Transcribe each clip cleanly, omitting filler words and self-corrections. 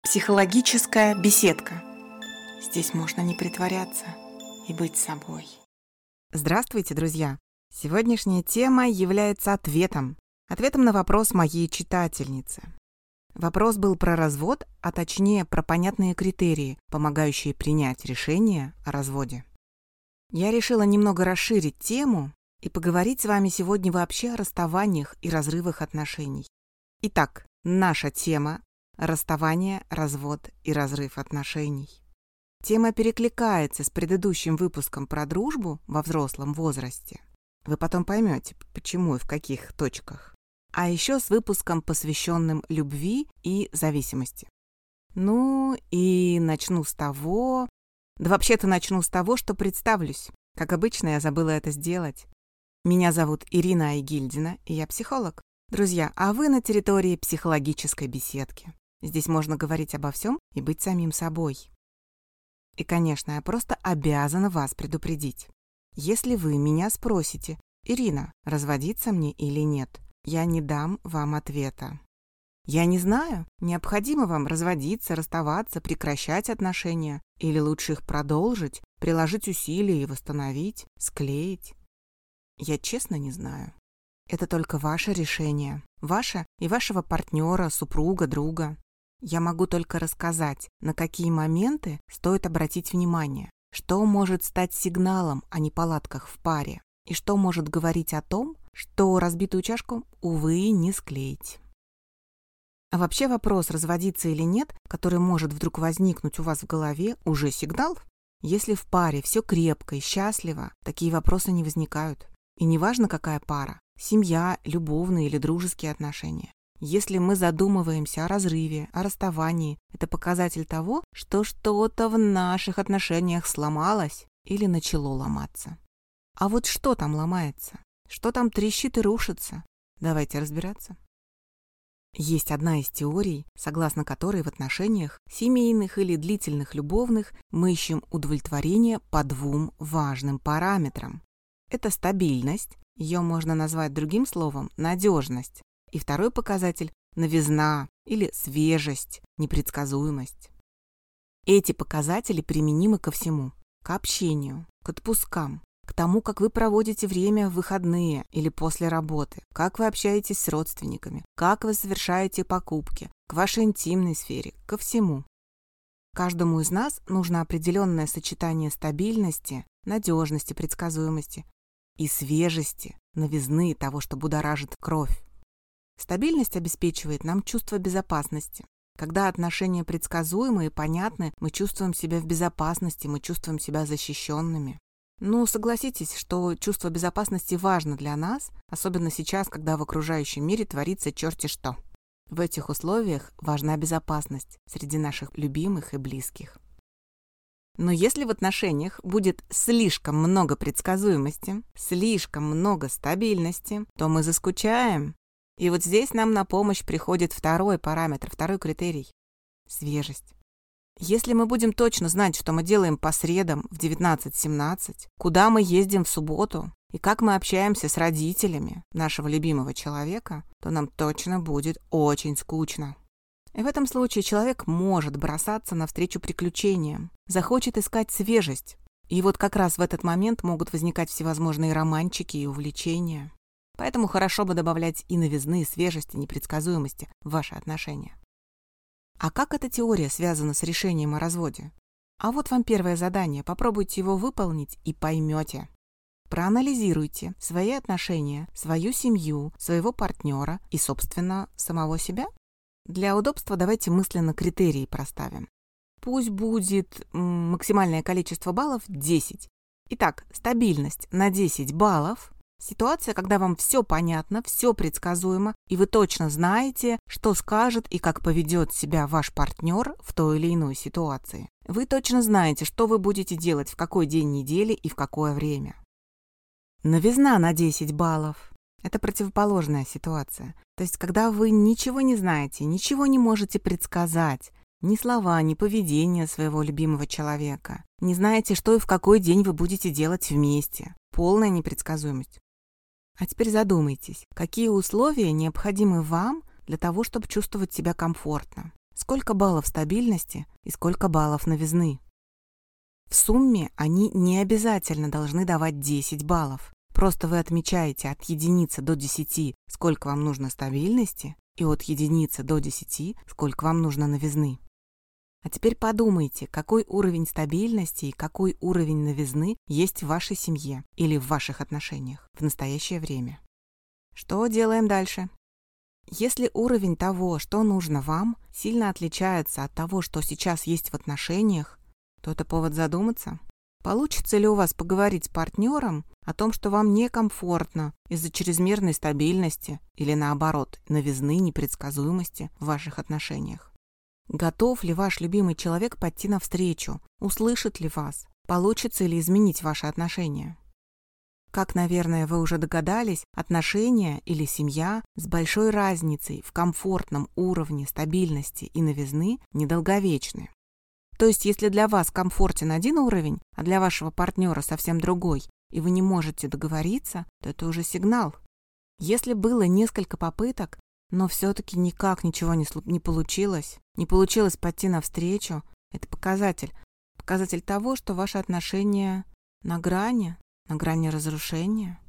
Психологическая беседка. Здесь можно не притворяться и быть собой. Здравствуйте, друзья! Сегодняшняя тема является ответом на вопрос моей читательницы. Вопрос был про развод, а точнее про понятные критерии, помогающие принять решение о разводе. Я решила немного расширить тему и поговорить с вами сегодня вообще о расставаниях и разрывах отношений. Итак, наша тема – расставание, развод и разрыв отношений. Тема перекликается с предыдущим выпуском про дружбу во взрослом возрасте. Вы потом поймете, почему и в каких точках. А еще с выпуском, посвященным любви и зависимости. Начну с того, что представлюсь. Как обычно, я забыла это сделать. Меня зовут Ирина Айгильдина, и я психолог. Друзья, а вы на территории психологической беседки. Здесь можно говорить обо всем и быть самим собой. И, конечно, я просто обязана вас предупредить. Если вы меня спросите: «Ирина, разводиться мне или нет?», я не дам вам ответа. Я не знаю, необходимо вам разводиться, расставаться, прекращать отношения, или лучше их продолжить, приложить усилия и восстановить, склеить. Я честно не знаю. Это только ваше решение. Ваше и вашего партнера, супруга, друга. Я могу только рассказать, на какие моменты стоит обратить внимание, что может стать сигналом о неполадках в паре, и что может говорить о том, что разбитую чашку, увы, не склеить. А вообще вопрос, разводиться или нет, который может вдруг возникнуть у вас в голове, уже сигнал. Если в паре все крепко и счастливо, такие вопросы не возникают. И неважно, какая пара – семья, любовные или дружеские отношения. Если мы задумываемся о разрыве, о расставании, это показатель того, что что-то в наших отношениях сломалось или начало ломаться. А вот что там ломается? Что там трещит и рушится? Давайте разбираться. Есть одна из теорий, согласно которой в отношениях, семейных или длительных любовных, мы ищем удовлетворение по двум важным параметрам. Это стабильность, ее можно назвать другим словом – надежность. И второй показатель – новизна или свежесть, непредсказуемость. Эти показатели применимы ко всему – к общению, к отпускам, к тому, как вы проводите время в выходные или после работы, как вы общаетесь с родственниками, как вы совершаете покупки, к вашей интимной сфере, ко всему. Каждому из нас нужно определенное сочетание стабильности, надежности, предсказуемости и свежести, новизны того, что будоражит кровь. Стабильность обеспечивает нам чувство безопасности. Когда отношения предсказуемы и понятны, мы чувствуем себя в безопасности, мы чувствуем себя защищенными. Согласитесь, что чувство безопасности важно для нас, особенно сейчас, когда в окружающем мире творится черти что. В этих условиях важна безопасность среди наших любимых и близких. Но если в отношениях будет слишком много предсказуемости, слишком много стабильности, то мы заскучаем. И вот здесь нам на помощь приходит второй параметр, второй критерий – свежесть. Если мы будем точно знать, что мы делаем по средам в 19:17, куда мы ездим в субботу и как мы общаемся с родителями нашего любимого человека, то нам точно будет очень скучно. И в этом случае человек может бросаться навстречу приключениям, захочет искать свежесть. И вот как раз в этот момент могут возникать всевозможные романчики и увлечения. Поэтому хорошо бы добавлять и новизны, и свежести, и непредсказуемости в ваши отношения. А как эта теория связана с решением о разводе? А вот вам первое задание. Попробуйте его выполнить и поймете. Проанализируйте свои отношения, свою семью, своего партнера и, собственно, самого себя. Для удобства давайте мысленно критерии проставим. Пусть будет максимальное количество баллов 10. Итак, стабильность на 10 баллов. Ситуация, когда вам все понятно, все предсказуемо, и вы точно знаете, что скажет и как поведет себя ваш партнер в той или иной ситуации. Вы точно знаете, что вы будете делать в какой день недели и в какое время. Новизна на 10 баллов. Это противоположная ситуация. То есть, когда вы ничего не знаете, ничего не можете предсказать, ни слова, ни поведение своего любимого человека, не знаете, что и в какой день вы будете делать вместе. Полная непредсказуемость. А теперь задумайтесь, какие условия необходимы вам для того, чтобы чувствовать себя комфортно, сколько баллов стабильности и сколько баллов новизны. В сумме они не обязательно должны давать 10 баллов. Просто вы отмечаете от единицы до 10, сколько вам нужно стабильности, и от единицы до 10, сколько вам нужно новизны. А теперь подумайте, какой уровень стабильности и какой уровень новизны есть в вашей семье или в ваших отношениях в настоящее время. Что делаем дальше? Если уровень того, что нужно вам, сильно отличается от того, что сейчас есть в отношениях, то это повод задуматься. Получится ли у вас поговорить с партнером о том, что вам некомфортно из-за чрезмерной стабильности или, наоборот, новизны, непредсказуемости в ваших отношениях? Готов ли ваш любимый человек пойти навстречу? Услышит ли вас? Получится ли изменить ваши отношения? Как, наверное, вы уже догадались, отношения или семья с большой разницей в комфортном уровне стабильности и новизны недолговечны. То есть, если для вас комфортен один уровень, а для вашего партнера совсем другой, и вы не можете договориться, то это уже сигнал. Если было несколько попыток, но все-таки никак ничего не получилось пойти навстречу, это показатель того, что ваши отношения на грани разрушения.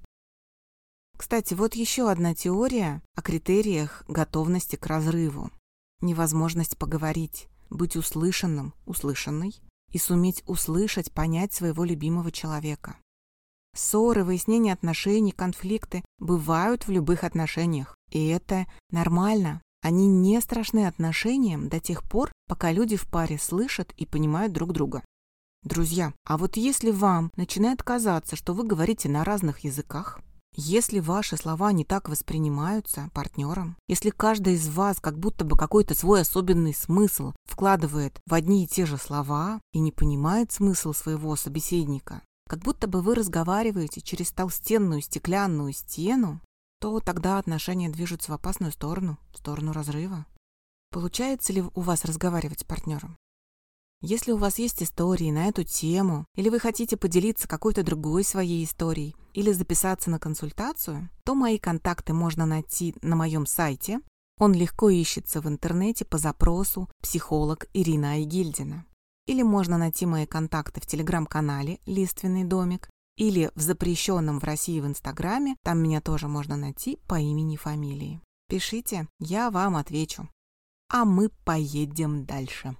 Кстати, вот еще одна теория о критериях готовности к разрыву. Невозможность поговорить, быть услышанным, услышанной и суметь услышать, понять своего любимого человека. Ссоры, выяснение отношений, конфликты бывают в любых отношениях, и это нормально. Они не страшны отношениям до тех пор, пока люди в паре слышат и понимают друг друга. Друзья, а вот если вам начинает казаться, что вы говорите на разных языках, если ваши слова не так воспринимаются партнером, если каждый из вас как будто бы какой-то свой особенный смысл вкладывает в одни и те же слова и не понимает смысл своего собеседника, как будто бы вы разговариваете через толстенную стеклянную стену, то тогда отношения движутся в опасную сторону, в сторону разрыва. Получается ли у вас разговаривать с партнером? Если у вас есть истории на эту тему, или вы хотите поделиться какой-то другой своей историей, или записаться на консультацию, то мои контакты можно найти на моем сайте. Он легко ищется в интернете по запросу «Психолог Ирина Айгильдина». Или можно найти мои контакты в телеграм-канале «Лиственный домик», или в запрещенном в России в Инстаграме, там меня тоже можно найти по имени и фамилии. Пишите, я вам отвечу. А мы поедем дальше.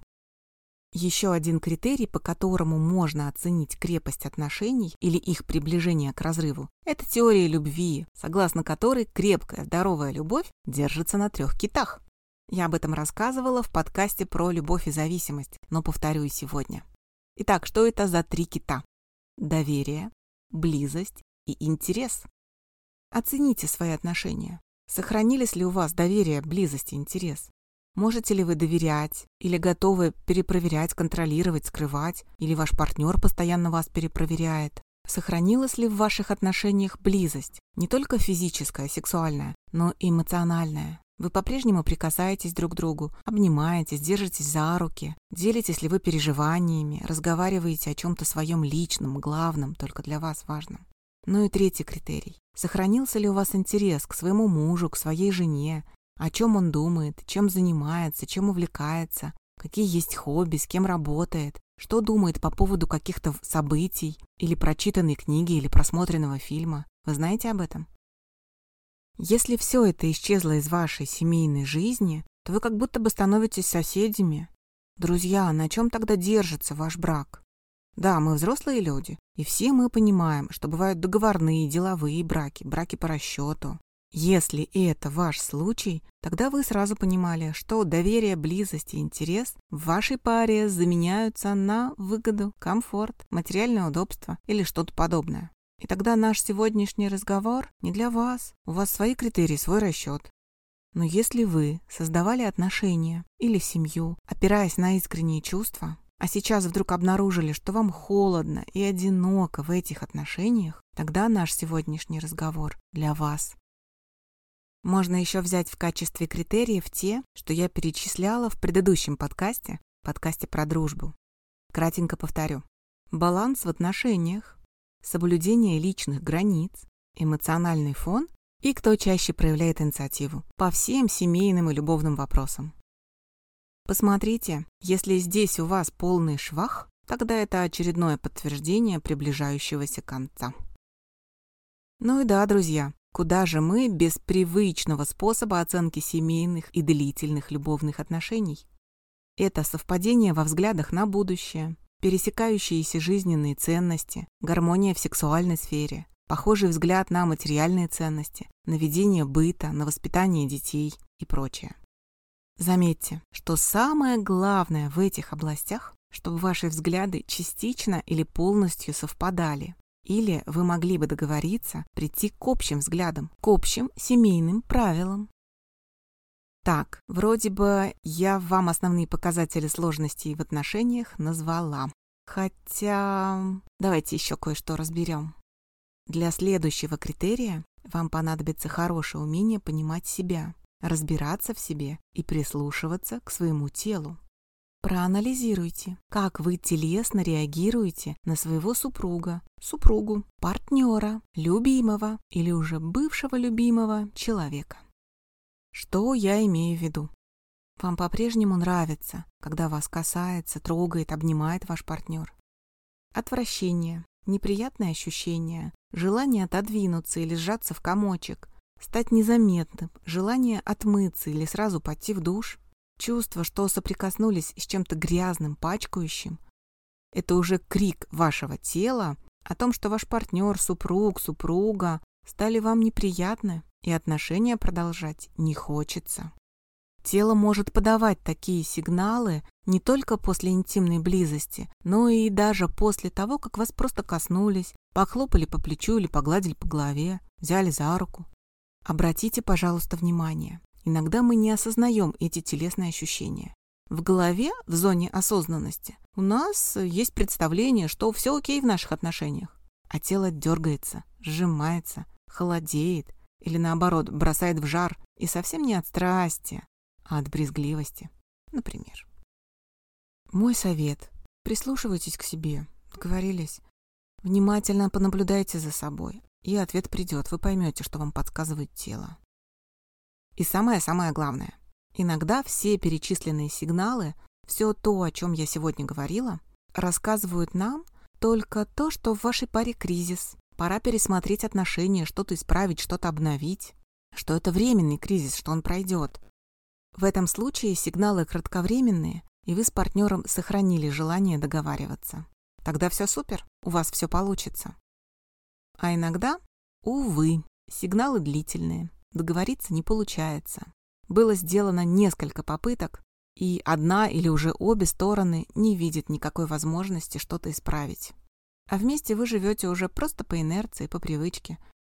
Еще один критерий, по которому можно оценить крепость отношений или их приближение к разрыву, это теория любви, согласно которой крепкая, здоровая любовь держится на 3 китах. Я об этом рассказывала в подкасте про любовь и зависимость, но повторю и сегодня. Итак, что это за 3 кита? Доверие, близость и интерес. Оцените свои отношения. Сохранились ли у вас доверие, близость и интерес? Можете ли вы доверять или готовы перепроверять, контролировать, скрывать, или ваш партнер постоянно вас перепроверяет? Сохранилась ли в ваших отношениях близость, не только физическая, сексуальная, но и эмоциональная? Вы по-прежнему прикасаетесь друг к другу, обнимаетесь, держитесь за руки, делитесь ли вы переживаниями, разговариваете о чем-то своем личном, главном, только для вас важном. Ну и 3-й критерий. Сохранился ли у вас интерес к своему мужу, к своей жене? О чем он думает, чем занимается, чем увлекается, какие есть хобби, с кем работает, что думает по поводу каких-то событий, или прочитанной книги, или просмотренного фильма. Вы знаете об этом? Если все это исчезло из вашей семейной жизни, то вы как будто бы становитесь соседями. Друзья, на чем тогда держится ваш брак? Да, мы взрослые люди, и все мы понимаем, что бывают договорные, деловые браки, браки по расчету. Если это ваш случай, тогда вы сразу понимали, что доверие, близость и интерес в вашей паре заменяются на выгоду, комфорт, материальное удобство или что-то подобное. И тогда наш сегодняшний разговор не для вас, у вас свои критерии, свой расчет. Но если вы создавали отношения или семью, опираясь на искренние чувства, а сейчас вдруг обнаружили, что вам холодно и одиноко в этих отношениях, тогда наш сегодняшний разговор для вас. Можно еще взять в качестве критериев те, что я перечисляла в предыдущем подкасте про дружбу. Кратенько повторю. Баланс в отношениях, соблюдение личных границ, эмоциональный фон и кто чаще проявляет инициативу по всем семейным и любовным вопросам. Посмотрите, если здесь у вас полный швах, тогда это очередное подтверждение приближающегося конца. Ну и да, друзья, куда же мы без привычного способа оценки семейных и длительных любовных отношений? Это совпадение во взглядах на будущее, пересекающиеся жизненные ценности, гармония в сексуальной сфере, похожий взгляд на материальные ценности, на ведение быта, на воспитание детей и прочее. Заметьте, что самое главное в этих областях, чтобы ваши взгляды частично или полностью совпадали, или вы могли бы договориться прийти к общим взглядам, к общим семейным правилам. Так, вроде бы я вам основные показатели сложностей в отношениях назвала. Хотя, давайте еще кое-что разберем. Для следующего критерия вам понадобится хорошее умение понимать себя, разбираться в себе и прислушиваться к своему телу. Проанализируйте, как вы телесно реагируете на своего супруга, супругу, партнера, любимого или уже бывшего любимого человека. Что я имею в виду? Вам по-прежнему нравится, когда вас касается, трогает, обнимает ваш партнер? Отвращение, неприятные ощущения, желание отодвинуться или сжаться в комочек, стать незаметным, желание отмыться или сразу пойти в душ, чувство, что соприкоснулись с чем-то грязным, пачкающим. Это уже крик вашего тела о том, что ваш партнер, супруг, супруга стали вам неприятны, и отношения продолжать не хочется. Тело может подавать такие сигналы не только после интимной близости, но и даже после того, как вас просто коснулись, похлопали по плечу или погладили по голове, взяли за руку. Обратите, пожалуйста, внимание. Иногда мы не осознаем эти телесные ощущения. В голове, в зоне осознанности, у нас есть представление, что все окей в наших отношениях, а тело дергается, сжимается, холодеет или, наоборот, бросает в жар, и совсем не от страсти, а от брезгливости, например. Мой совет – прислушивайтесь к себе, договорились? Внимательно понаблюдайте за собой, и ответ придет, вы поймете, что вам подсказывает тело. И самое-самое главное, иногда все перечисленные сигналы, все то, о чем я сегодня говорила, рассказывают нам только то, что в вашей паре кризис, пора пересмотреть отношения, что-то исправить, что-то обновить, что это временный кризис, что он пройдет. В этом случае сигналы кратковременные, и вы с партнером сохранили желание договариваться. Тогда все супер, у вас все получится. А иногда, увы, сигналы длительные, договориться не получается. Было сделано несколько попыток, и одна или уже обе стороны не видят никакой возможности что-то исправить. А вместе вы живете уже просто по инерции, по привычке.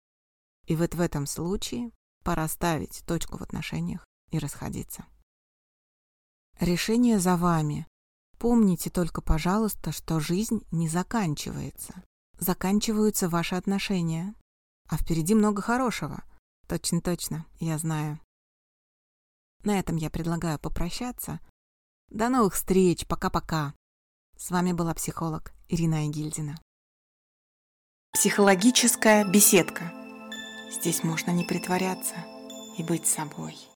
И вот в этом случае пора ставить точку в отношениях и расходиться. Решение за вами. Помните только, пожалуйста, что жизнь не заканчивается. Заканчиваются ваши отношения. А впереди много хорошего. Точно, я знаю. На этом я предлагаю попрощаться. До новых встреч, пока-пока. С вами была психолог Ирина Айгильдина. Психологическая беседка. Здесь можно не притворяться и быть собой.